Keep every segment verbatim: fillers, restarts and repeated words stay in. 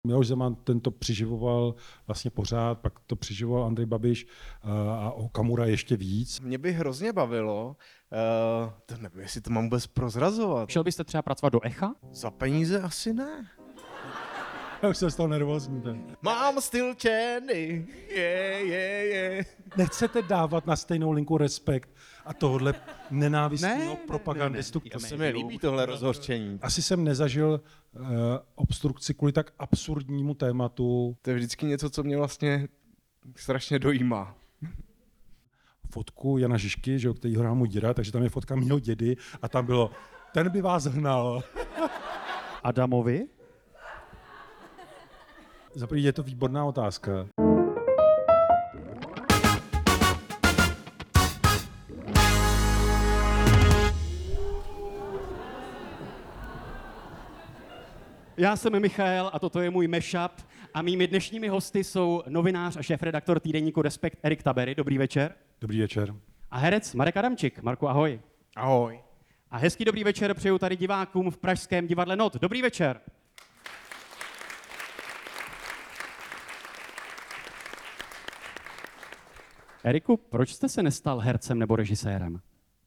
Miloš Zeman ten to přiživoval vlastně pořád, pak to přiživoval Andrej Babiš a Okamura ještě víc. Mě by hrozně bavilo, uh, to nevím, jestli to mám vůbec prozrazovat. Šel byste třeba pracovat do Echa? Za peníze asi ne. Já už jsem z toho nervózní. Tak. Mám styl černý, je, je, je. Nechcete dávat na stejnou linku Respekt a tohle nenávistného propagandistu? To se mi líbí, tohle rozhořčení. Asi jsem nezažil uh, obstrukci kvůli tak absurdnímu tématu. To je vždycky něco, co mě vlastně strašně dojímá. Fotku Jana Žižky, že, který hrál můj děda, takže tam je fotka mýho dědy a tam bylo, ten by vás hnal. Adamovi? Za první je to výborná otázka. Já jsem Michael a toto je můj mashup a mými dnešními hosty jsou novinář a šéfredaktor týdeníku Respekt Erik Tabery. Dobrý večer. Dobrý večer. A herec Marek Adamčik. Marku, ahoj. Ahoj. A hezký dobrý večer přeju tady divákům v pražském divadle Not. Dobrý večer. Eriku, proč jste se nestal hercem nebo režisérem?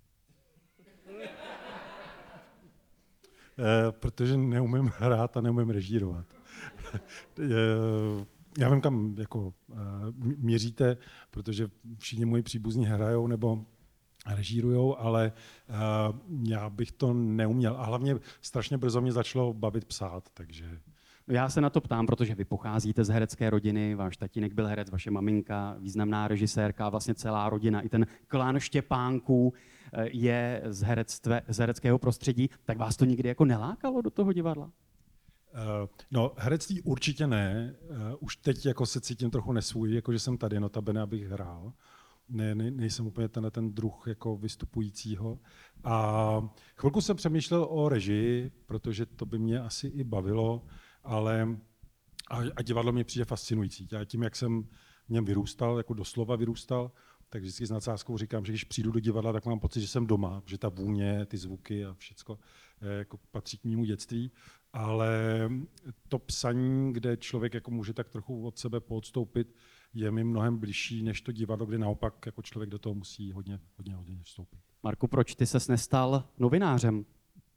E, protože neumím hrát a neumím režírovat. e, já vím, kam jako, e, měříte, protože všichni moji příbuzní hrajou nebo režírujou, ale e, já bych to neuměl. A hlavně strašně brzo mě začalo bavit psát, takže... Já se na to ptám, protože vy pocházíte z herecké rodiny, váš tatínek byl herec, vaše maminka, významná režisérka, vlastně celá rodina, i ten klan Štěpánků je z, herectve, z hereckého prostředí, tak vás to nikdy jako nelákalo do toho divadla? Uh, no, herectví určitě ne. Uh, už teď jako se cítím trochu nesvůj, jako že jsem tady, notabene, abych hrál. Ne, ne, nejsem úplně tenhle ten druh jako vystupujícího. A chvilku jsem přemýšlel o režii, protože to by mě asi i bavilo, ale a, a divadlo mě přijde fascinující. Já tím, jak jsem v něm vyrůstal, jako doslova vyrůstal, tak vždycky s nadsázkou říkám, že když přijdu do divadla, tak mám pocit, že jsem doma, že ta vůně, ty zvuky a všecko jako patří k mému dětství. Ale to psaní, kde člověk jako může tak trochu od sebe poodstoupit, je mi mnohem bližší než to divadlo, kde naopak jako člověk do toho musí hodně, hodně, hodně vstoupit. Marku, proč ty ses nestal novinářem?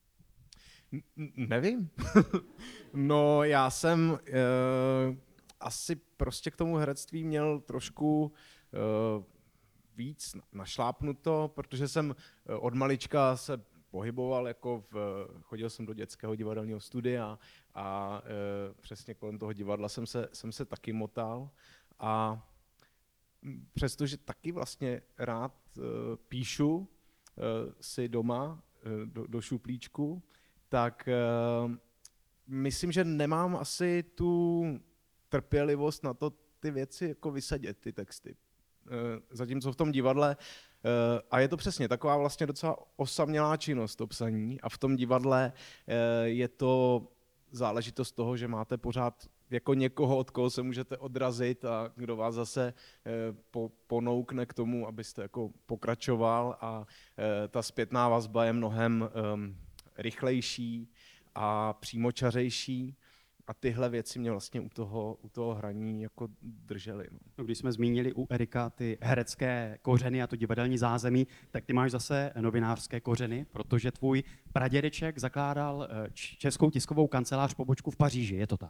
N- nevím. No, já jsem e, asi prostě k tomu herectví měl trošku e, víc našlápnuto, protože jsem od malička se pohyboval, jako v, chodil jsem do dětského divadelního studia a e, přesně kolem toho divadla jsem se, jsem se taky motal. A přestože taky vlastně rád e, píšu e, si doma e, do, do šuplíčku, tak e, myslím, že nemám asi tu trpělivost na to ty věci jako vysedět, ty texty. E, zatímco v tom divadle, e, a je to přesně taková vlastně docela osamělá činnost, to psaní, a v tom divadle e, je to záležitost toho, že máte pořád jako někoho, od koho se můžete odrazit a kdo vás zase e, po, ponoukne k tomu, abyste jako pokračoval a e, ta zpětná vazba je mnohem e, rychlejší a přímočařejší a tyhle věci mě vlastně u toho, u toho hraní jako držely. No. No, když jsme zmínili u Erika ty herecké kořeny a to divadelní zázemí, tak ty máš zase novinářské kořeny, protože tvůj pradědeček zakládal Českou tiskovou kancelář pobočku v Paříži, je to tak?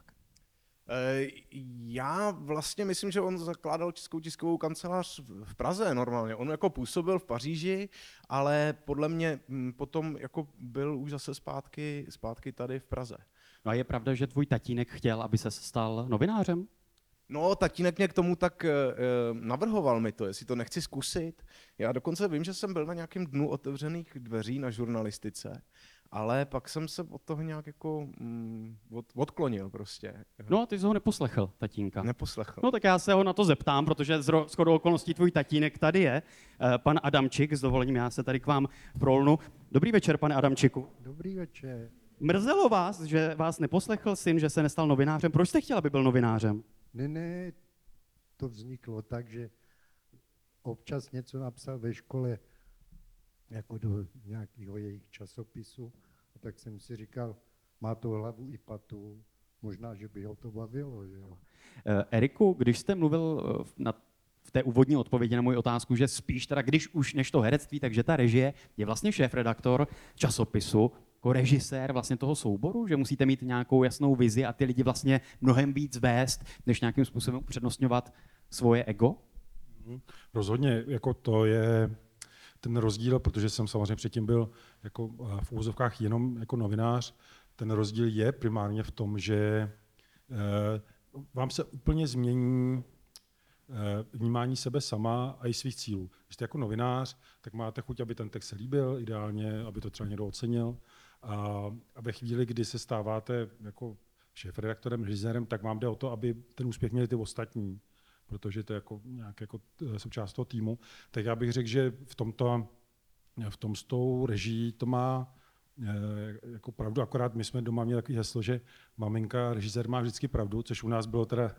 Já vlastně myslím, že on zakládal Českou tiskovou kancelář v Praze normálně. On jako působil v Paříži, ale podle mě potom jako byl už zase zpátky, zpátky tady v Praze. No a je pravda, že tvůj tatínek chtěl, aby se stal novinářem? No, tatínek mě k tomu tak e, navrhoval mi to, jestli to nechci zkusit. Já dokonce vím, že jsem byl na nějakém dnu otevřených dveří na žurnalistice, ale pak jsem se od toho nějak jako mm, od, odklonil prostě. No a ty jsi ho neposlechl, tatínka. Neposlechl. No tak já se ho na to zeptám, protože z shodou okolností tvůj tatínek tady je, pan Adamčik, s dovolením já se tady k vám prolnu. Dobrý večer, pane Adamčiku. Dobrý večer. Mrzelo vás, že vás neposlechl syn, že se nestal novinářem? Proč jste chtěl, aby byl novinářem? Ne, ne, to vzniklo tak, že občas něco napsal ve škole jako do nějakého jejich časopisu, a tak jsem si říkal, má to hlavu i patu, možná, že by ho to bavilo. Že jo. Eh, Eriku, když jste mluvil eh, v- na, v té úvodní odpovědi na moji otázku, že spíš teda, když už než to herectví, takže ta režie je vlastně šéfredaktor časopisu, jako režisér vlastně toho souboru, že musíte mít nějakou jasnou vizi a ty lidi vlastně mnohem víc vést, než nějakým způsobem upřednostňovat svoje ego? Rozhodně, jako to je ten rozdíl, protože jsem samozřejmě předtím byl jako eh, v úvozovkách jenom jako novinář. Ten rozdíl je primárně v tom, že eh, vám se úplně změní eh, vnímání sebe sama a i svých cílů. Když jste jako novinář, tak máte chuť, aby ten text se líbil, ideálně, aby to třeba někdo ocenil. A, a ve chvíli, kdy se stáváte jako šéfredaktorem, režisérem, tak vám jde o to, aby ten úspěch měli ty ostatní, protože to je jako nějak jako eh, součást toho týmu. Tak já bych řekl, že v tomto, v tom s tou režií to má eh, jako pravdu, akorát my jsme doma měli takový heslo, že maminka, režisér má vždycky pravdu, což u nás bylo teda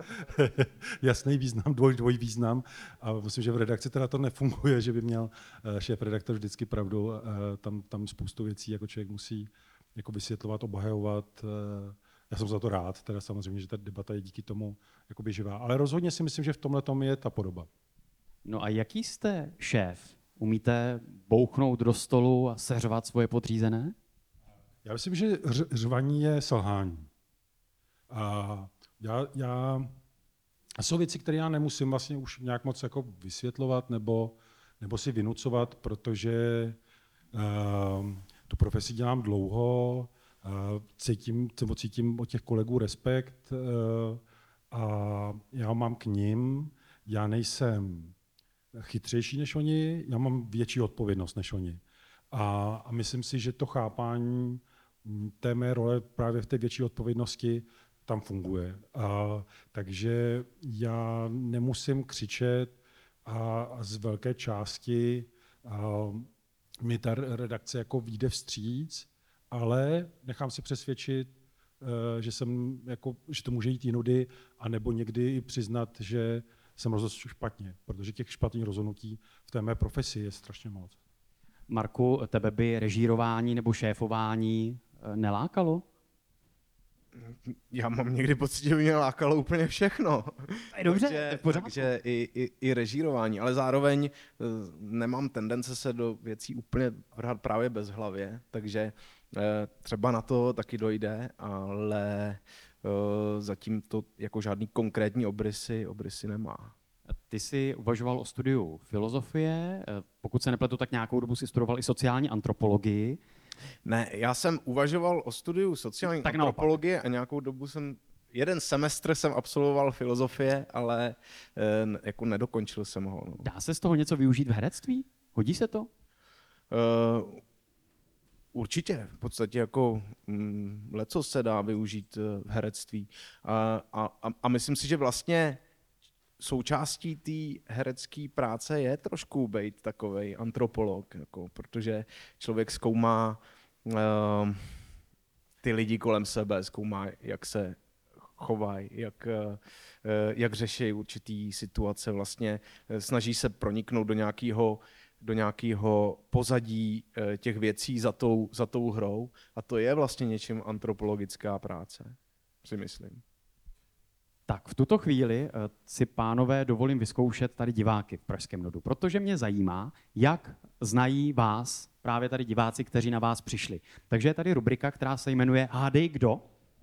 jasný význam, dvoj, dvoj význam. A myslím, že v redakci teda to nefunguje, že by měl eh, šéf-redaktor vždycky pravdu. Eh, Tam, tam spoustu věcí jako člověk musí jako vysvětlovat, obhajovat. eh, Já jsem za to rád, teda samozřejmě, že ta debata je díky tomu jakoby živá. Ale rozhodně si myslím, že v tomhle tom je ta podoba. No a jaký jste šéf? Umíte bouchnout do stolu a seřvat svoje podřízené? Já myslím, že ř- řvaní je selhání. A já, já, a jsou věci, které já nemusím vlastně už nějak moc jako vysvětlovat nebo, nebo si vynucovat, protože uh, tu profesi dělám dlouho, uh, cítím, nebo cítím od těch kolegů respekt uh, a já ho mám k nim. Já nejsem chytřejší než oni, já mám větší odpovědnost než oni. A, a myslím si, že to chápání mm, té mé role právě v té větší odpovědnosti tam funguje. A, takže já nemusím křičet a, a z velké části a, mi ta redakce jako vyjde vstříc, ale nechám si přesvědčit, eh, že, jsem jako, že to může jít jinudy, anebo někdy i přiznat, že jsem rozhodl špatně, protože těch špatných rozhodnutí v té mé profesi je strašně moc. Marku, tebe by režírování nebo šéfování eh, nelákalo? Já mám někdy pocit, že by mě lákalo úplně všechno. Je dobře, takže, to je v pořádku. takže i, i, i režírování, ale zároveň eh, nemám tendence se do věcí úplně vrhat právě bez hlavě, takže eh, třeba na to taky dojde, ale eh, zatím to jako žádný konkrétní obrysy, obrysy nemá. Ty jsi uvažoval o studiu filozofie, eh, pokud se nepletu, tak nějakou dobu si studoval i sociální antropologii. Ne, já jsem uvažoval o studiu sociální Tak antropologie a nějakou dobu jsem, jeden semestr jsem absolvoval filozofie, ale eh, jako nedokončil jsem ho. No. Dá se z toho něco využít v herectví? Hodí se to? Uh, určitě, v podstatě jako mm, leco se dá využít uh, v herectví. A, a, a, a myslím si, že vlastně součástí té herecké práce je trošku být takovej antropolog, jako, protože člověk zkoumá uh, ty lidi kolem sebe, zkoumá, jak se chovají, jak, uh, jak řeší určitý situace, vlastně uh, snaží se proniknout do nějakého do nějakého pozadí uh, těch věcí za tou, za tou hrou a to je vlastně něčím antropologická práce, si myslím. Tak v tuto chvíli eh, si, pánové, dovolím vyzkoušet tady diváky v Pražském Nodu, protože mě zajímá, jak znají vás právě tady diváci, kteří na vás přišli. Takže je tady rubrika, která se jmenuje Hádej kdo?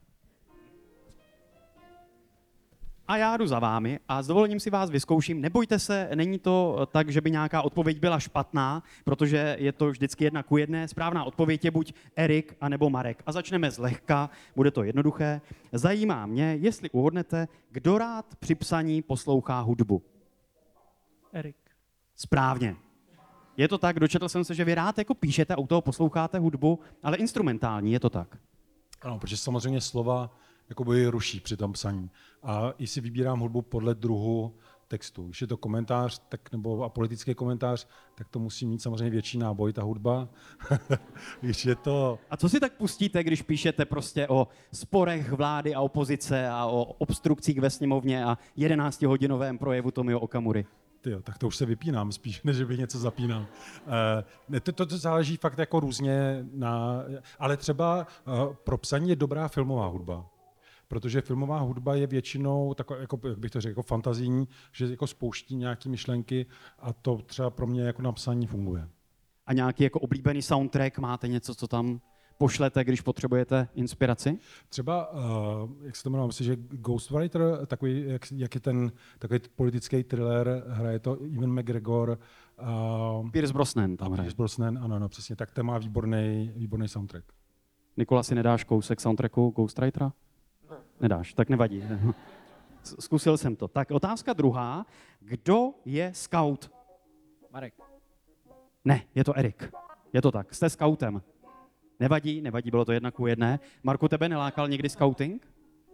A já jdu za vámi a s dovolením si vás vyzkouším. Nebojte se, není to tak, že by nějaká odpověď byla špatná, protože je to vždycky jedna ku jedné. Správná odpověď je buď Erik, anebo Marek. A začneme zlehka, bude to jednoduché. Zajímá mě, jestli uhodnete, kdo rád při psaní poslouchá hudbu. Erik. Správně. Je to tak, dočetl jsem se, že vy rád jako píšete a u toho posloucháte hudbu, ale instrumentální, je to tak. Ano, protože samozřejmě slova jakoby ruší při tom psaní. A i si vybírám hudbu podle druhu textu. Když je to komentář tak, nebo a politický komentář, tak to musí mít samozřejmě větší náboj, ta hudba. Když je to... A co si tak pustíte, když píšete prostě o sporech vlády a opozice a o obstrukcích ve sněmovně a jedenáctihodinovém projevu Tomio Okamury? Tyjo, tak to už se vypínám spíš, než by něco zapínal. Uh, ne, to, to, to záleží fakt jako různě na... Ale třeba uh, pro psaní je dobrá filmová hudba. protože filmová hudba je většinou taková, jako, jak bych to řekl, jako fantazijní, že jako spouští nějaké myšlenky a to třeba pro mě jako napsání funguje. A nějaký jako oblíbený soundtrack, máte něco, co tam pošlete, když potřebujete inspiraci? Třeba, uh, jak se to jmenuje, myslím, že Ghostwriter, takový, jak, jak je ten takový politický thriller, hraje to Ewan McGregor. Uh, Pierce Brosnan tam hraje. Pierce Brosnan, ano, ano, přesně, tak ten má výborný, výborný soundtrack. Nikola, si nedáš kousek soundtracku Ghostwritera? Ne. Nedáš, tak nevadí. Zkusil jsem to. Tak otázka druhá. Kdo je scout? Marek. Ne, je to Erik. Je to tak, jste scoutem. Nevadí, nevadí, bylo to jedna ku jedné. Marku, tebe nelákal někdy scouting?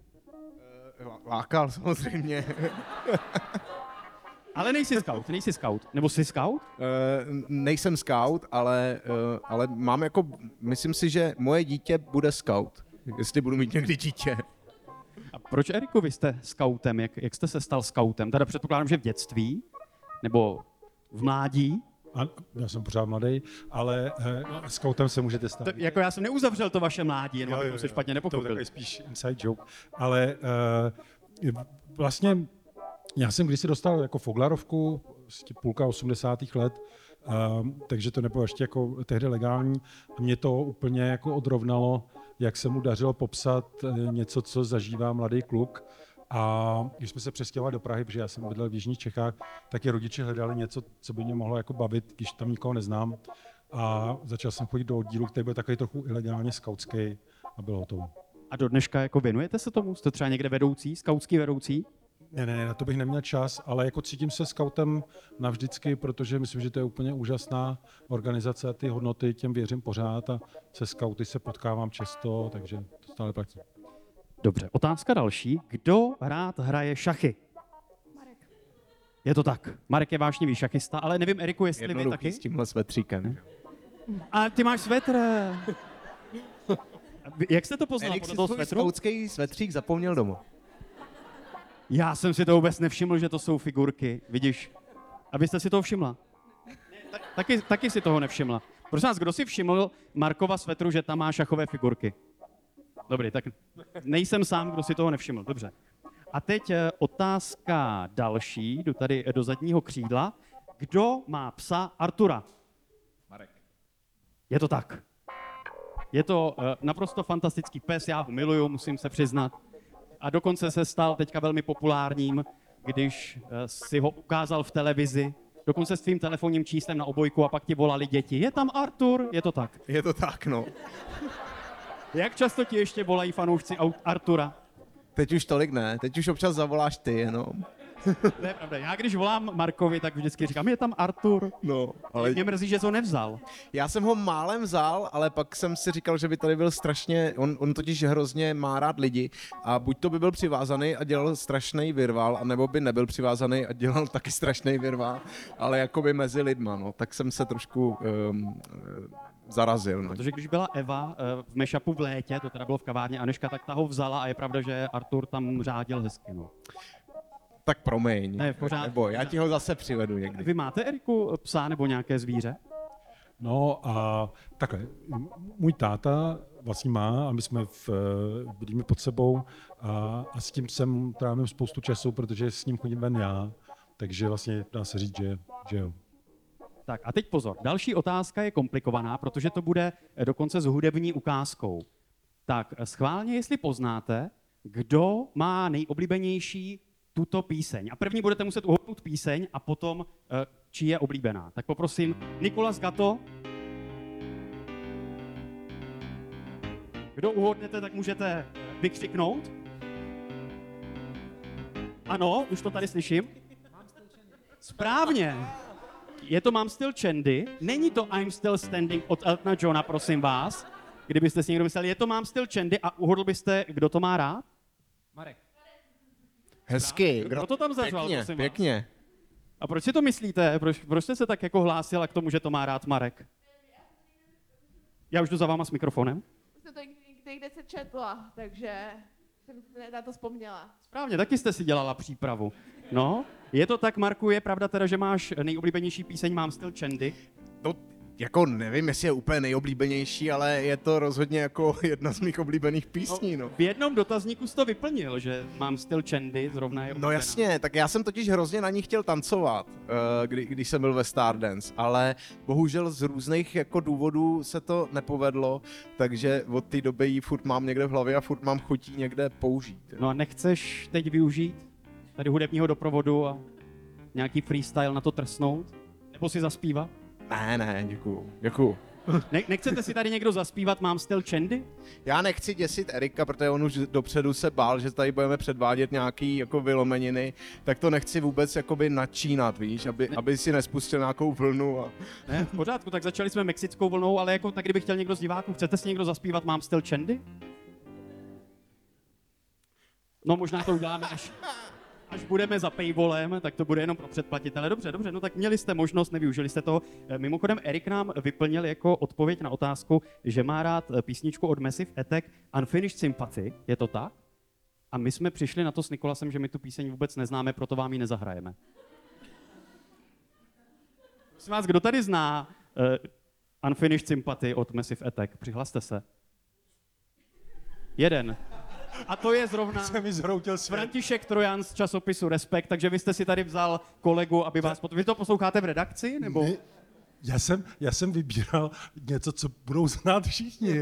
Lákal samozřejmě. Ale nejsi scout, nejsi scout. Nebo jsi scout? Uh, nejsem scout, ale, uh, ale mám jako, myslím si, že moje dítě bude scout, jestli budu mít někdy dítě. A proč, Eriku, vy jste scoutem? Jak, jak jste se stal scoutem? Teda předpokládám, že v dětství? Nebo v mládí? A, já jsem pořád mladý, ale eh, no, scoutem se můžete stát. To, jako já jsem neuzavřel to vaše mládí, jenom Jo, jo, abychom se jo. špatně To je nepochopili. takový spíš inside joke. Ale uh, vlastně já jsem kdysi dostal jako Foglarovku, vlastně půlka osmdesátých let, uh, takže to nebylo ještě jako tehdy legální. A mě to úplně jako odrovnalo, jak se mu dařilo popsat uh, něco, co zažívá mladý kluk. A když jsme se přestěhovali do Prahy, protože já jsem bydlel v jižních Čechách, tak i rodiče hledali něco, co by mě mohlo jako bavit, když tam nikoho neznám. A začal jsem chodit do oddílu, který byl takový trochu ilegálně skautský a bylo hotovo. A do dneška jako věnujete se tomu? Jste třeba někde vedoucí, skautský vedoucí? Ne, ne, na to bych neměl čas, ale jako cítím se skautem navždycky, protože myslím, že to je úplně úžasná organizace a ty hodnoty, těm věřím pořád a se skauty se potkávám často, takže to stále platí. Dobře, otázka další. Kdo rád hraje šachy? Marek. Je to tak. Marek je vášnivý šachista, ale nevím, Eriku, jestli vy Jednoduchý taky? s tímhle svetříkem. A ty máš svetr. Jak jste to poznal Erik podle si toho svůj svetru? skautský svetřík zapomněl doma. Já jsem si to vůbec nevšiml, že to jsou figurky, vidíš. A vy jste si toho všimla? Ta- taky, taky si toho nevšimla. Prosím vás, kdo si všiml Markova svetru, že tam má šachové figurky? Dobrý, tak nejsem sám, kdo si toho nevšiml, dobře. A teď eh, otázka další, jdu tady do zadního křídla. Kdo má psa Artura? Marek. Je to tak. Je to uh, naprosto fantastický pes, já ho miluju, musím se přiznat. A dokonce se stal teďka velmi populárním, když uh, si ho ukázal v televizi, dokonce s tvým telefonním číslem na obojku a pak ti volali děti. Je tam Artur? Je to tak. Je to tak, no. Jak často ti ještě volají fanoušci Au- Artura? Teď už tolik ne, teď už občas zavoláš ty jenom. To je pravda. Já když volám Markovi, tak vždycky říkám, je tam Artur. No, ale Ale mě mrzí, že jsi ho nevzal. já jsem ho málem vzal, ale pak jsem si říkal, že by tady byl strašně, on, on totiž hrozně má rád lidi a buď to by byl přivázaný a dělal strašný virvál, anebo by nebyl přivázaný a dělal taky strašný virvál, ale jakoby mezi lidma, no, tak jsem se trošku um, zarazil. No. Protože když byla Eva eh, v Mashupu v létě, to teda bylo v kavárně Aneška, tak ta ho vzala a je pravda, že Artur tam řádil hezky. No. Tak promiň, Ne, v pořádku. nebo já ti ho zase přivedu někdy. Vy máte, Eriku, psa nebo nějaké zvíře? No a takhle, m- můj táta vlastně má a my jsme v, eh, bydlíme pod sebou a, a s tím jsem trávím spoustu času, protože s ním chodím ven já, takže vlastně dá se říct, že, že jo. Tak a teď pozor, další otázka je komplikovaná, protože to bude eh, dokonce s hudební ukázkou. Tak eh, schválně, jestli poznáte, kdo má nejoblíbenější tuto píseň. A první budete muset uhodnout píseň a potom, eh, či je oblíbená. Tak poprosím Nicolas Gatto. Kdo uhodnete, tak můžete vykřiknout. Ano, už to tady slyším. Správně. Je to Mám Still Chandy, není to I'm Still Standing od Eltona Johna, prosím vás. Kdybyste si někdo myslel, je to Mám Still Chandy a uhodl byste, kdo to má rád? Hezky. Kdo to tam zařval, Pěkně, prosím vás? pěkně. A proč si to myslíte? Proč, proč jste se tak jako hlásila k tomu, že to má rád Marek? Já už jdu za váma s mikrofonem. Jsem to někde, někde se četla, takže jsem si na to vzpomněla. Správně, taky jste si dělala přípravu. No, je to tak, Marku, je pravda teda, že máš nejoblíbenější píseň Mám Still Chandy? No, jako nevím, jestli je úplně nejoblíbenější, ale je to rozhodně jako jedna z mých oblíbených písní, no. V jednom dotazníku jsi to vyplnil, že mám styl Chandy, zrovna je No oblíbená. jasně, tak já jsem totiž hrozně na ní chtěl tancovat, eh, kdy, když jsem byl ve Stardance, ale bohužel z různých jako důvodů se to nepovedlo, takže od té doby ji furt mám někde v hlavě a furt mám chutí někde použít. No a nechceš teď využít tady hudebního doprovodu a nějaký freestyle na to trsnout? Nebo si zaspívat? Ne, ne, děkuju, děkuju. Ne- nechcete si tady někdo zaspívat Mám styl Chandy? Já nechci děsit Erika, protože on už dopředu se bál, že tady budeme předvádět nějaký jako vylomeniny, tak to nechci vůbec jakoby načínat, víš, aby, aby si nespustil nějakou vlnu. A... Ne, v pořádku, tak začali jsme mexickou vlnou, ale jako tak kdyby chtěl někdo z diváků, chcete si někdo zaspívat Mám styl Chandy? No možná to uděláme, až, až budeme za paywallem, tak to bude jenom pro předplatitele. Dobře, dobře, no tak měli jste možnost, nevyužili jste to. Mimochodem Erik nám vyplnil jako odpověď na otázku, že má rád písničku od Massive Attack Unfinished Sympathy, je to tak? A my jsme přišli na to s Nikolasem, že my tu píseň vůbec neznáme, proto vám ji nezahrajeme. Prosím vás, kdo tady zná uh, Unfinished Sympathy od Massive Attack? Přihlaste se. Jeden. A to je zrovna Se mi zhroutil svět. František Trojan z časopisu Respekt, takže vy jste si tady vzal kolegu, aby vás potom... Vy to posloucháte v redakci, nebo? My, já, jsem, já jsem vybíral něco, co budou znát všichni.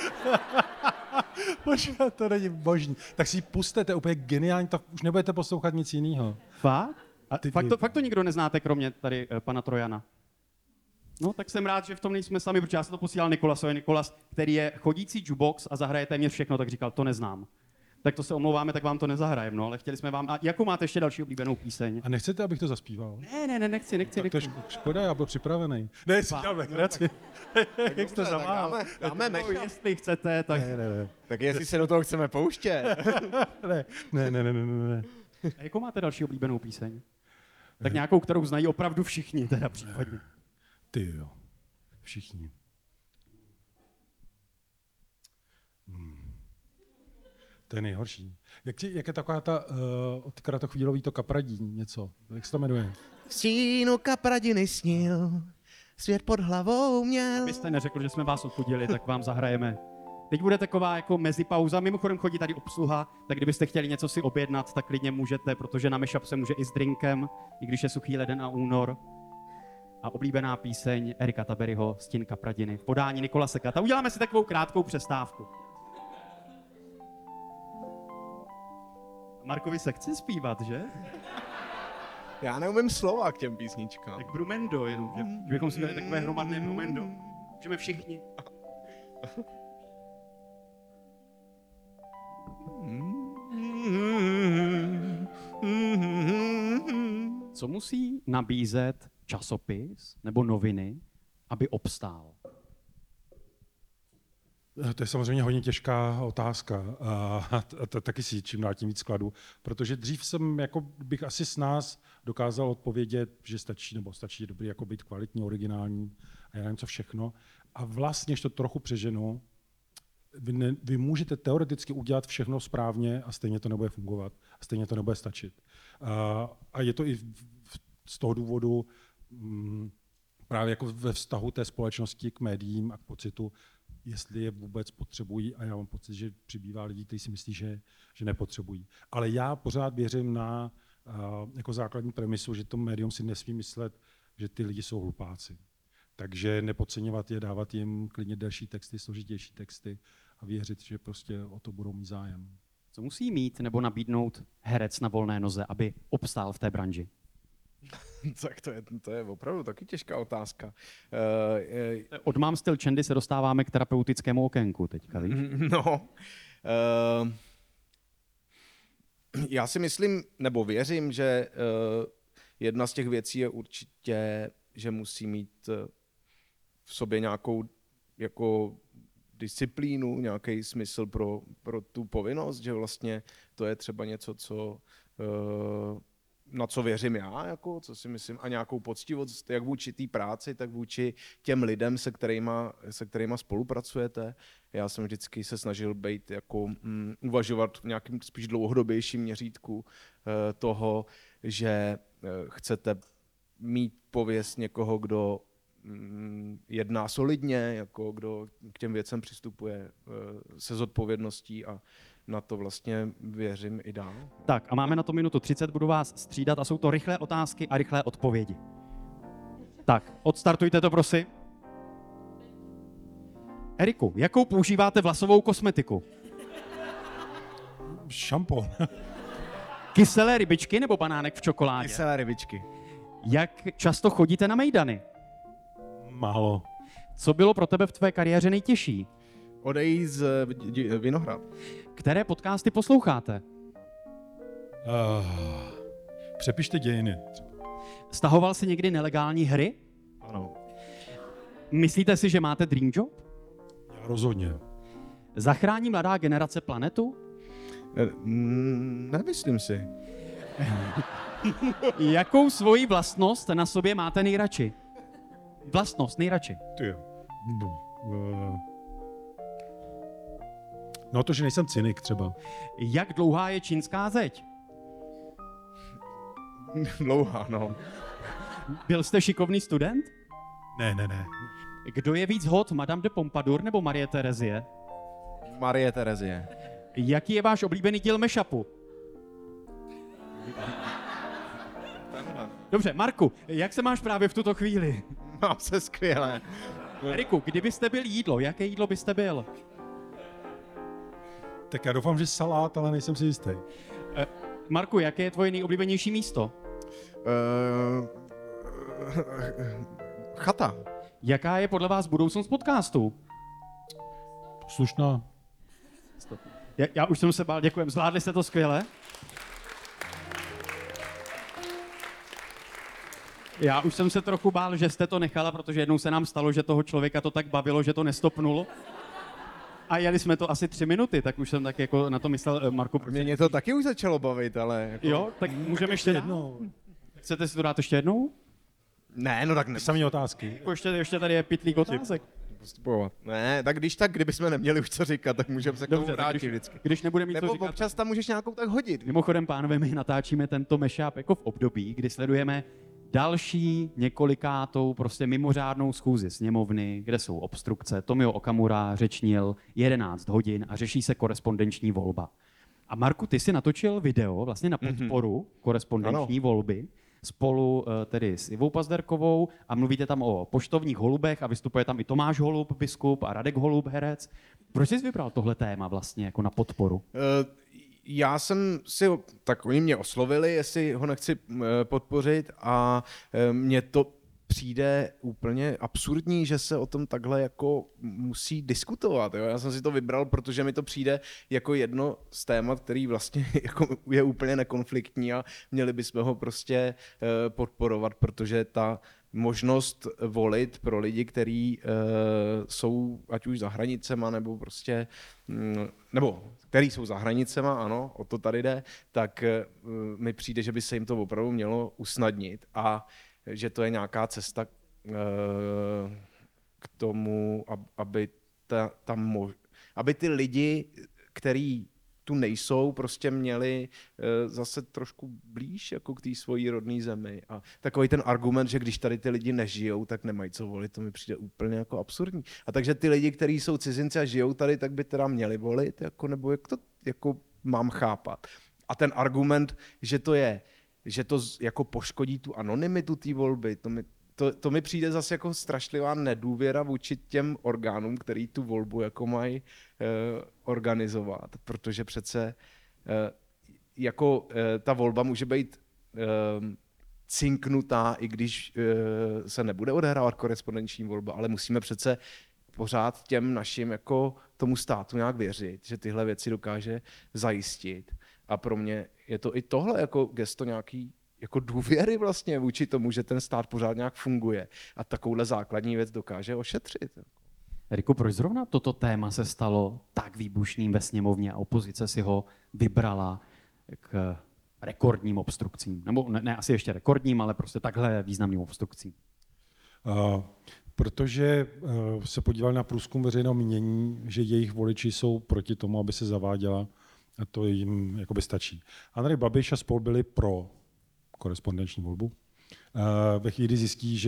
Počkej, to není možný. Tak si ji pusťte, to je úplně geniální, tak už nebudete poslouchat nic jiného. Fakt? A Ty- fakt, to, fakt to nikdo neznáte, kromě tady uh, pana Trojana? No, tak jsem rád, že v tom nejsme sami, protože já jsem to posílal Nikolasovi. Nikolas, který je chodící jukebox a zahraje téměř všechno, tak říkal, to neznám. Tak to se omlouváme, tak vám to nezahrajeme, no, ale chtěli jsme vám... A jakou máte ještě další oblíbenou píseň? A nechcete, abych to zaspíval? Ne, ne, ne, nechci, nechci, Tak to je nechci. ško- škoda, já byl připravený. Ne, si dělám legraci. Jak jste Tak zamál. dáme, dáme No, mashup. jestli chcete, tak... Ne, ne, ne. Tak jestli se do toho chceme pouštět. Ne, ne, ne, ne, ne, ne. A jakou máte další oblíbenou píseň? Tak nějakou, kterou znají opravdu všichni, teda případně. Ty jo, všichni. Hmm. To je nejhorší. Jak, ti, jak je taková ta uh, od kratochvílový to kapradí něco? Jak se to jmenuje? Stínu kapradiny snil, svět pod hlavou měl. Abyste neřekl, že jsme vás odpudili, tak vám zahrajeme. Teď bude taková jako mezipauza, mimochodem chodí tady obsluha, tak kdybyste chtěli něco si objednat, tak klidně můžete, protože na mashup se může i s drinkem, i když je suchý leden a únor. A oblíbená píseň Erika Taberyho Stín kapradiny v podání Nikolase Kata. Uděláme si takovou krátkou přestávku. Markovi se chce zpívat, že? Já neumím slova k těm písničkám. Tak brumendo jenom, že, že bychom si dali takové hromadné brumendo. Můžeme všichni. Co musí nabízet časopis nebo noviny, aby obstál? To je samozřejmě hodně těžká otázka a t- t- taky si čím dál tím víc kladu, protože dřív jsem, jako bych asi s nás dokázal odpovědět, že stačí, nebo stačí dobrý jako být kvalitní, originální a já nevím co všechno. A vlastně, když to trochu přeženu, vy, ne, vy můžete teoreticky udělat všechno správně a stejně to nebude fungovat a stejně to nebude stačit. A, a je to i v, v, z toho důvodu mm, právě jako ve vztahu té společnosti k médiím a k pocitu, jestli je vůbec potřebují, a já mám pocit, že přibývá lidí, kteří si myslí, že, že nepotřebují. Ale já pořád věřím na uh, jako základní premisu, že to médium si nesmí myslet, že ty lidi jsou hlupáci. Takže nepodceňovat je, dávat jim klidně delší texty, složitější texty a věřit, že prostě o to budou mít zájem. Co musí mít nebo nabídnout herec na volné noze, aby obstál v té branži? Tak to je, to je opravdu taky těžká otázka. Uh, Od Mám styl Chandy se dostáváme k terapeutickému okénku teďka, víš? No, uh, já si myslím, nebo věřím, že uh, jedna z těch věcí je určitě, že musí mít uh, v sobě nějakou jako disciplínu, nějaký smysl pro, pro tu povinnost, že vlastně to je třeba něco, co uh, na co věřím já, jako, co si myslím, a nějakou poctivost, jak vůči té práci, tak vůči těm lidem, se kterýma, se kterýma spolupracujete. Já jsem vždycky se snažil být, jako, mm, uvažovat v nějakým spíš dlouhodobějším měřítku eh, toho, že eh, chcete mít pověst někoho, kdo mm, jedná solidně, jako kdo k těm věcem přistupuje uh, se zodpovědností a na to vlastně věřím i dál. Tak a máme na to minutu třicet, budu vás střídat a jsou to rychlé otázky a rychlé odpovědi. Tak, odstartujte to, prosím. Eriku, jakou používáte vlasovou kosmetiku? Šampon. Kyselé rybičky nebo banánek v čokoládě? Kyselé rybičky. Jak často chodíte na mejdany? Málo. Co bylo pro tebe v tvé kariéře nejtěžší? Odejít z di- Vinohrad. Které podcasty posloucháte? Uh, přepište dějiny. Stahoval jsi někdy nelegální hry? Ano. Myslíte si, že máte dream job? Já rozhodně. Zachrání mladá generace planetu? Eh, mm, Nemyslím si. Jakou svoji vlastnost na sobě máte nejradši? Vlastnost nejradši. Ty jo. Uh, no to, že nejsem cynik třeba. Jak dlouhá je čínská zeď? Dlouhá, no. Byl jste šikovný student? Ne, ne, ne. Kdo je víc hot, Madame de Pompadour nebo Marie Terezie? Marie Terezie. Jaký je váš oblíbený díl mashupu? Dobře, Marku, jak se máš právě v tuto chvíli? Mám se skvěle. Eriku, kdybyste byl jídlo, jaké jídlo byste byl? Tak já doufám, že salát, ale nejsem si jistý. Eh, Marku, jaké je tvoje nejoblíbenější místo? Uh, chata. Jaká je podle vás budoucnost podcastu? Slušná. Já, já už jsem se bál, děkujem. Zvládli jste to skvěle? Já už jsem se trochu bál, že jste to nechala, protože jednou se nám stalo, že toho člověka to tak bavilo, že to nestopnulo. A jeli jsme to asi tři minuty, tak už jsem tak jako na to myslel, eh, Marku. Mě, mě to taky už začalo bavit, ale... Jako... Jo, tak můžeme ještě jednou. Chcete si to dát ještě jednou? Ne, no tak ne. Samý otázky. Jako ještě, ještě tady je pitlík otázek. Postupovat. Ne, tak když tak, kdybychom neměli už co říkat, tak můžeme se k tomu Dobře, tak vrátit když, vždycky. když nebude mít Nebo co říkat. občas tam můžeš nějakou tak hodit. Mimochodem, pánové, my natáčíme tento mashup jako v období, kdy sledujeme další několikátou prostě mimořádnou schůzi sněmovny, kde jsou obstrukce. Tomio Okamura řečnil jedenáct hodin a řeší se korespondenční volba. A Marku, ty si natočil video vlastně na podporu mm-hmm. korespondenční ano. volby spolu uh, tedy s Ivou Pazderkovou a mluvíte tam o poštovních holubech a vystupuje tam i Tomáš Holub, biskup, a Radek Holub, herec. Proč jsi vybral tohle téma vlastně jako na podporu? Uh, já jsem si, tak oni mě oslovili, jestli ho nechci uh, podpořit a uh, mně to přijde úplně absurdní, že se o tom takhle jako musí diskutovat. Jo? Já jsem si to vybral, protože mi to přijde jako jedno z témat, který vlastně jako je úplně nekonfliktní a měli bychom ho prostě uh, podporovat, protože ta možnost volit pro lidi, kteří uh, jsou ať už za hranicema, nebo prostě, um, nebo který jsou za hranicema, ano, o to tady jde, tak uh, mi přijde, že by se jim to opravdu mělo usnadnit a že to je nějaká cesta uh, k tomu, aby, ta, ta mož, aby ty lidi, který tu nejsou, prostě měli uh, zase trošku blíž jako k té svojí rodné zemi. A takový ten argument, že když tady ty lidi nežijou, tak nemají co volit, to mi přijde úplně jako absurdní. A takže ty lidi, kteří jsou cizinci a žijou tady, tak by teda měli volit, jako, nebo jak to jako mám chápat. A ten argument, že to je, že to jako poškodí tu anonymitu té volby, to mi, to, to mi přijde zase jako strašlivá nedůvěra vůči těm orgánům, který tu volbu jako mají eh, organizovat, protože přece eh, jako eh, ta volba může být eh, cinknutá, i když eh, se nebude odehrávat korespondenční volba, ale musíme přece pořád těm našim jako tomu státu nějak věřit, že tyhle věci dokáže zajistit. A pro mě je to i tohle jako gesto nějaký jako důvěry vlastně vůči tomu, že ten stát pořád nějak funguje a takovouhle základní věc dokáže ošetřit. Eriku, proč zrovna toto téma se stalo tak výbušným ve sněmovně a opozice si ho vybrala k rekordním obstrukcím? Nebo ne, ne asi ještě rekordním, ale prostě takhle významným obstrukcím. Uh, protože uh, se podívali na průzkum veřejného mínění, že jejich voliči jsou proti tomu, aby se zaváděla, a to jim jakoby stačí. Andrej Babiš a spol byli pro korespondenční volbu. Uh, ve chvíli zjistí, že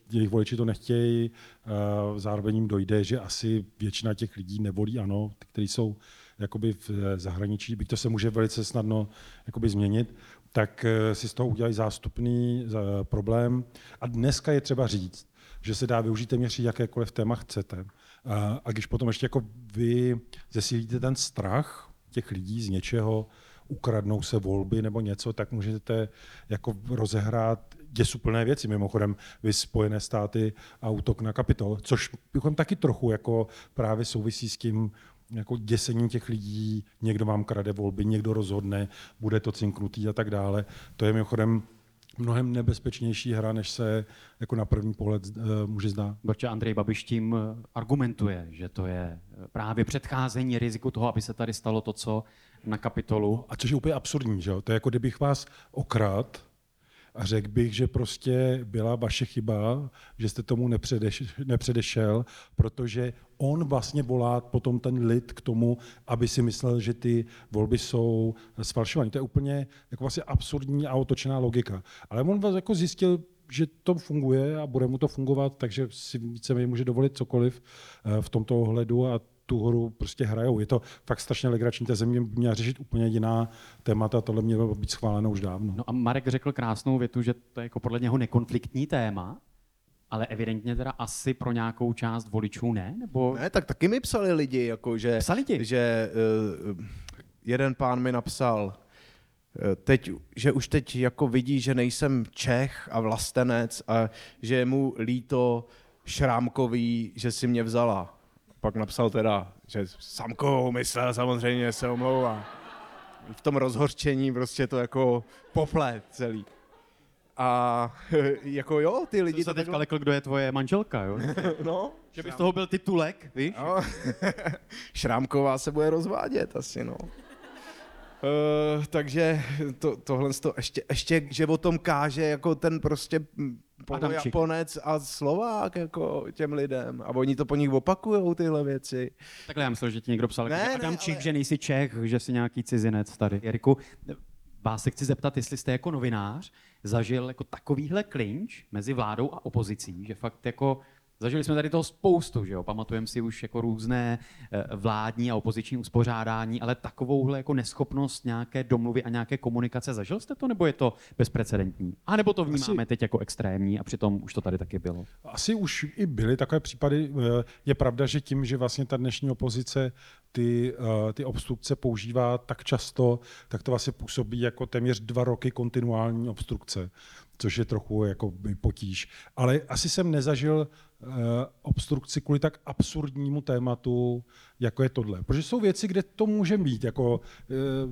jejich voliči to nechtějí, zároveň jim dojde, že asi většina těch lidí nevolí ANO, kteří jsou jakoby v zahraničí, byť to se může velice snadno jakoby změnit, tak si z toho udělají zástupný problém. A dneska je třeba říct, že se dá využít téměř jakékoliv téma chcete. A, a když potom ještě jako vy zesílíte ten strach těch lidí z něčeho, ukradnou se volby nebo něco, tak můžete jako rozehrát děsuplné věci. Mimochodem vy Spojené státy a útok na Kapitol, což bychom taky trochu jako právě souvisí s tím jako děsením těch lidí, někdo vám krade volby, někdo rozhodne, bude to cinknutý a tak dále. To je mimochodem mnohem nebezpečnější hra, než se jako na první pohled uh, může zdát. Protože Andrej Babiš tím argumentuje, že to je právě předcházení riziku toho, aby se tady stalo to, co na Kapitolu. A což je úplně absurdní, že jo? To je jako kdybych vás okrad a řekl bych, že prostě byla vaše chyba, že jste tomu nepředeš, nepředešel, protože on vlastně volá potom ten lid k tomu, aby si myslel, že ty volby jsou sfalšované. To je úplně jako vlastně absurdní a otočená logika. Ale on vás jako zjistil, že to funguje a bude mu to fungovat, takže si víceméně může dovolit cokoliv v tomto ohledu a tu hru prostě hrajou. Je to fakt strašně legrační, ta země by měla řešit úplně jiná témata, tohle mělo být schváleno už dávno. No a Marek řekl krásnou větu, že to je jako podle něho nekonfliktní téma, ale evidentně teda asi pro nějakou část voličů ne? Nebo... Ne, tak taky mi psali lidi, jako že, Psali ti? že uh, jeden pán mi napsal, uh, teď, že už teď jako vidí, že nejsem Čech a vlastenec a že je mu líto Šrámkový, že si mě vzala. Pak napsal teda, že Samkovou myslel, samozřejmě se omlouvá. V tom rozhořčení prostě to jako poplet celý. A jako jo, ty lidi... To se teďka lekl, kdo je tvoje manželka, jo? No. Že by z toho byl titulek, víš? No. Šrámková se bude rozvádět asi, no. Uh, takže to, tohle to ještě, ještě, že o tom káže jako ten prostě polojaponec a Slovák jako těm lidem. A oni to po nich opakujou, tyhle věci. Takhle já myslel, že ti někdo psal, Ne, že ne, Adamčík, ale- že nejsi Čech, že jsi nějaký cizinec tady. Jeriku, vás se chci zeptat, jestli jste jako novinář zažil jako takovýhle klinč mezi vládou a opozicí, že fakt jako zažili jsme tady toho spoustu, že jo? Pamatujeme si už jako různé eh, vládní a opoziční uspořádání, ale takovouhle jako neschopnost nějaké domluvy a nějaké komunikace, zažil jste to, nebo je to bezprecedentní? A nebo to vnímáme Asi- teď jako extrémní a přitom už to tady taky bylo? Asi už i byly takové případy. Je pravda, že tím, že vlastně ta dnešní opozice ty, eh, ty obstrukce používá tak často, tak to vlastně působí jako téměř dva roky kontinuální obstrukce, což je trochu jako by potíž. Ale asi jsem nezažil eh, obstrukci kvůli tak absurdnímu tématu, jako je tohle. Protože jsou věci, kde to může být, jako eh,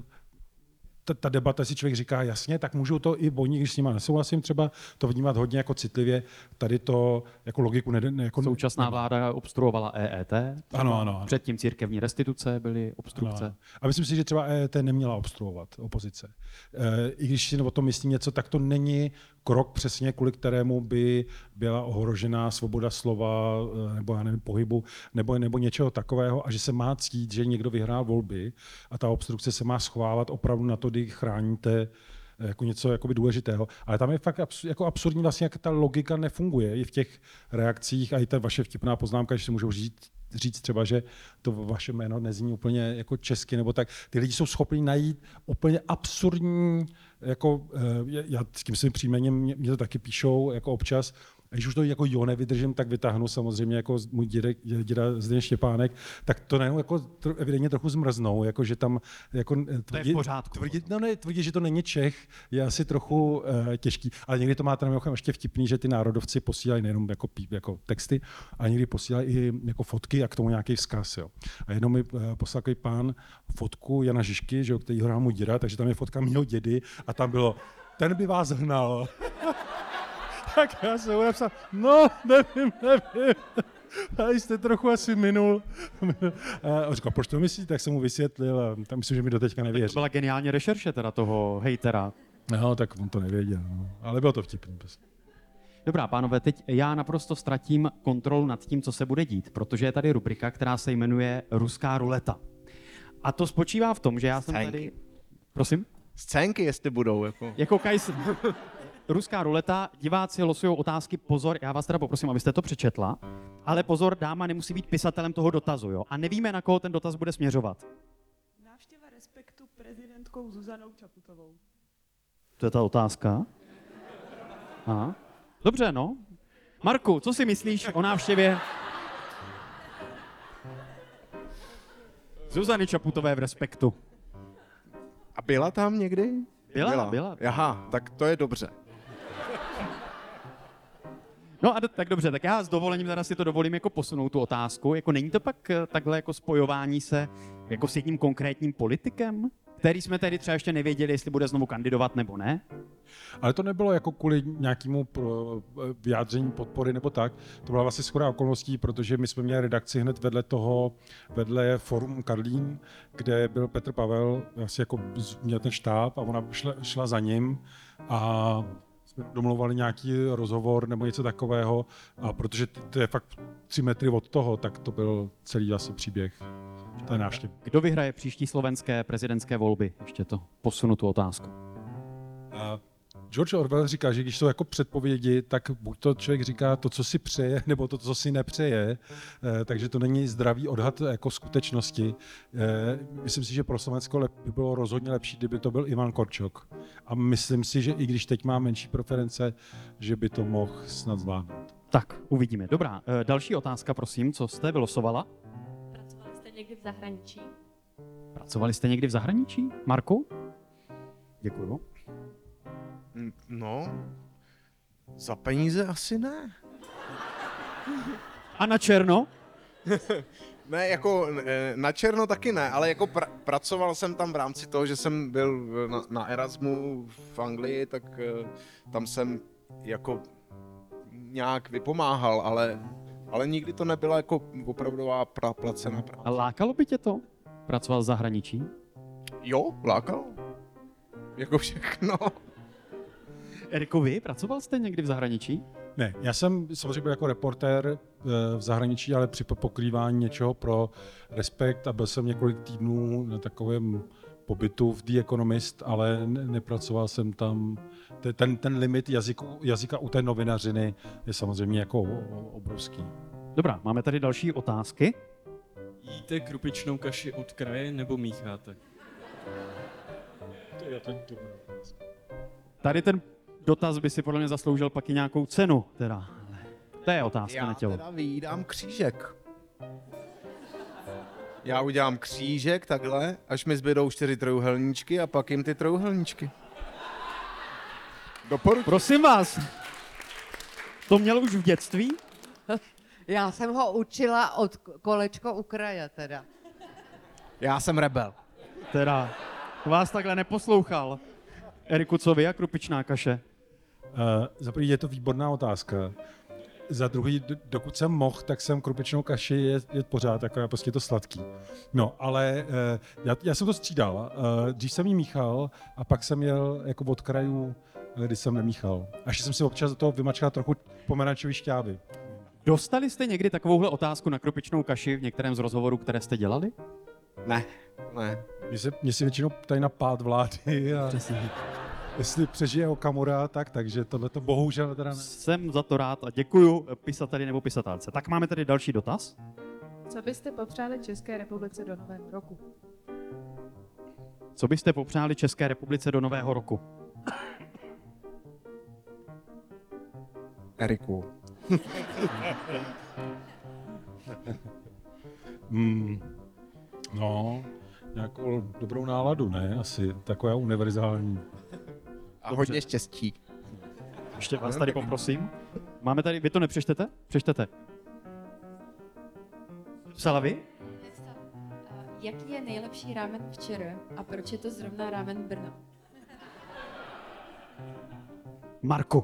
ta, ta debata, si člověk říká jasně, tak můžou to i oni, když s nima nesouhlasím, třeba to vnímat hodně jako citlivě. Tady to jako logiku ne, ne, jako Současná vláda obstruovala E E T. třeba. Ano, ano, ano. Předtím církevní restituce byly obstrukce. Ano. A myslím si, že třeba E E T neměla obstruovat opozice. E, I když si o tom myslím něco, tak to není krok přesně, kvůli kterému by byla ohrožená svoboda slova nebo já nevím, pohybu nebo, nebo něčeho takového a že se má cít, že někdo vyhrál volby a ta obstrukce se má schovávat opravdu na to, kdy chráníte jako něco jakoby důležitého. Ale tam je fakt abs, jako absurdní vlastně, jak ta logika nefunguje i v těch reakcích a i ta vaše vtipná poznámka, že si můžou říct, říct třeba, že to vaše jméno nezní úplně jako česky, nebo tak. Ty lidi jsou schopni najít úplně absurdní, jako, já s tím svým příjmením mě, mě to taky píšou, jako občas, a když už to jako jo nevydržím, tak vytáhnu samozřejmě jako můj dědek, děda Zdeněk Štěpánek, tak to najednou jako tro, evidentně trochu zmrznou, jako že tam jako To je v pořádku. Tvrdit, no ne, tvrdit, že to není Čech, je asi trochu uh, těžký, ale někdy to má tam ještě vtipný, že ty národovci posílají nejenom jako, jako texty, ale někdy posílají i jako fotky a k tomu nějaký vzkaz. Jo. A jednou mi uh, poslal takový pán fotku Jana Žižky, že jo, který hrál můj děda, takže tam je fotka mého dědy a tam bylo, ten by vás hnal. Tak já jsem mu napsal, no, nevím, nevím. A jste trochu asi minul. A on říkal, proč to myslíte? Tak jsem mu vysvětlil a tam myslím, že mi do teďka To nevěří. byla geniální rešerše teda toho hejtera. No, tak on to nevěděl. No. Ale bylo to vtipný. Dobrá, pánové, teď já naprosto ztratím kontrolu nad tím, co se bude dít, protože je tady rubrika, která se jmenuje Ruská ruleta. A to spočívá v tom, že já jsem Scénky. tady... Prosím? Scénky, jestli budou. Jako. Jako Kajs... ruská ruleta, diváci losují otázky, pozor, já vás teda poprosím, abyste to přečetla, ale pozor, dáma nemusí být pisatelem toho dotazu, jo? A nevíme, na koho ten dotaz bude směřovat. Návštěva Respektu prezidentkou Zuzanou Čaputovou. To je ta otázka? Aha. Dobře, no. Marku, co si myslíš o návštěvě Zuzany Čaputové v Respektu? A byla tam někdy? Byla, byla. byla. Aha, tak to je dobře. No a do, tak dobře, tak já s dovolením teda si to dovolím jako posunout tu otázku. Jako není to pak eh, takhle jako spojování se jako s jedním konkrétním politikem, který jsme tedy třeba ještě nevěděli, jestli bude znovu kandidovat nebo ne? Ale to nebylo jako kvůli nějakému pro- vyjádření podpory nebo tak. To byla vlastně shoda okolností, protože my jsme měli redakci hned vedle toho, vedle Forum Karlín, kde byl Petr Pavel, asi jako z- měl ten štáb a ona šla, šla za ním a jsme domluvali nějaký rozhovor nebo něco takového a protože t- to je fakt tři metry od toho, tak to byl celý asi příběh té návštěvy. Kdo vyhraje příští slovenské prezidentské volby? Ještě to posunu tu otázku. A George Orwell říká, že když jsou jako předpovědi, tak buď to člověk říká to, co si přeje, nebo to, co si nepřeje, eh, takže to není zdravý odhad jako skutečnosti. Eh, Myslím si, že pro Slovensko lep- by bylo rozhodně lepší, kdyby to byl Ivan Korčok. A myslím si, že i když teď má menší preference, že by to mohl snad zvládnout. Tak, uvidíme. Dobrá, eh, další otázka, prosím, co jste vylosovala? Pracovali jste někdy v zahraničí? Pracovali jste někdy v zahraničí? Marku? Děkuju. N- No, za peníze asi ne. A na černo? Ne, jako eh, na černo taky ne, ale jako pra- pracoval jsem tam v rámci toho, že jsem byl na, na Erasmu v Anglii, tak eh, tam jsem jako nějak vypomáhal, ale, ale nikdy to nebyla jako opravdová pra- placená práce. A lákalo by tě to? Pracoval v zahraničí? Jo, lákalo. Jako všechno. Eriko, vy? Pracoval jste někdy v zahraničí? Ne, já jsem samozřejmě byl jako reportér eh, v zahraničí, ale při pokrývání něčeho pro Respekt a byl jsem několik týdnů na takovém pobytu v The Economist, ale ne, nepracoval jsem tam. Te- Ten, ten limit jazyku, jazyka u té novinařiny je samozřejmě jako o- o- obrovský. Dobrá, máme tady další otázky. Jíte krupičnou kaši od kraje nebo mícháte? Tady ten dotaz by si podle mě zasloužil pak i nějakou cenu, teda. To je otázka Já na tělo. teda vyjídám křížek. Já udělám křížek takhle, až mi zbydou čtyři trojuhelníčky a pak jim ty trojuhelníčky. Doporučuji. Prosím vás, to měl už v dětství? Já jsem ho učila od kolečko u kraje teda. Já jsem rebel. Teda, vás takhle neposlouchal. Eriku, co vy a krupičná kaše? Uh, za první je to výborná otázka. Za druhý, d- dokud jsem mohl, tak jsem krupičnou kaši je, je pořád, jako je prostě to sladký. No, ale uh, já, já jsem to střídal. Uh, dřív jsem jí míchal a pak jsem jel jako od krajů, eh, kdy jsem nemíchal. Až jsem si občas do toho vymačkal trochu pomerančový šťávy. Dostali jste někdy takovouhle otázku na krupičnou kaši v některém z rozhovorů, které jste dělali? Ne, ne. Mě se, mě se většinou ptají na pád vlády a jestli přežije Okamura, tak, takže tohle to bohužel teda ne. Jsem za to rád a děkuju pisateli nebo pisatelce. Tak máme tady další dotaz. Co byste popřáli České republice do nového roku? Co byste popřáli České republice do nového roku? Eriku. Hmm. No, nějakou dobrou náladu, ne? Asi taková univerzální. A hodně štěstí. Ještě vás tady poprosím. Máme tady, vy to nepřečtete? Přečtete. Psala vy? Jaký je nejlepší rámen v ČR a proč je to zrovna rámen Brno? Marku.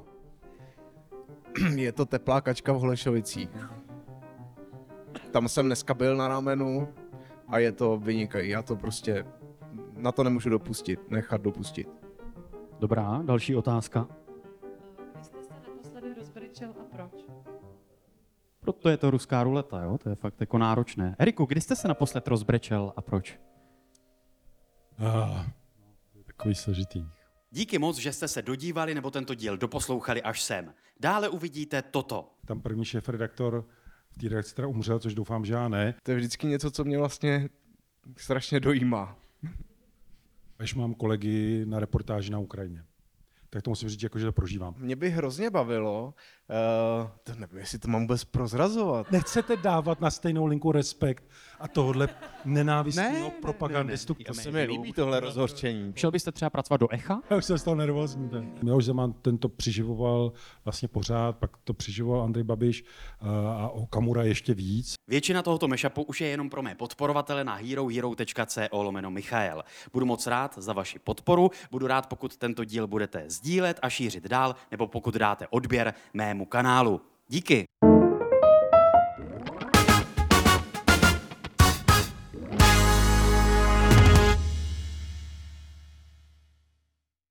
Je to teplá kačka v Holešovicích. Tam jsem dneska byl na ramenu a je to vynikají. Já to prostě na to nemůžu dopustit, nechat dopustit. Dobrá, další otázka. Kdy jste se naposledy rozbrečel a proč? Proto je to ruská ruleta, jo? To je fakt jako náročné. Eriku, kdy jste se naposled rozbrečel a proč? Ah, takový složitý. Díky moc, že jste se dodívali nebo tento díl doposlouchali až sem. Dále uvidíte toto. Tam první šéfredaktor v té redakci teda umřel, což doufám, že já ne. To je vždycky něco, co mě vlastně strašně dojímá. Až mám kolegy na reportáži na Ukrajině. Tak to musím říct, jako, že to prožívám. Mě by hrozně bavilo, uh, to nevím, jestli to mám vůbec prozrazovat. Nechcete dávat na stejnou linku Respekt a tohle nenávistného propagandistu. To se mi líbí, tohle rozhořčení. Šel byste třeba pracovat do Echa? Já už jsem z toho nervózní. Miloš Zeman tento přiživoval vlastně pořád, pak to přiživoval Andrej Babiš a Okamura ještě víc. Většina tohoto mashupu už je jenom pro mé podporovatele na herohero tečka co lomeno Michael. Budu moc rád za vaši podporu, budu rád, pokud tento díl budete sdílet a šířit dál, nebo pokud dáte odběr mému kanálu. Díky.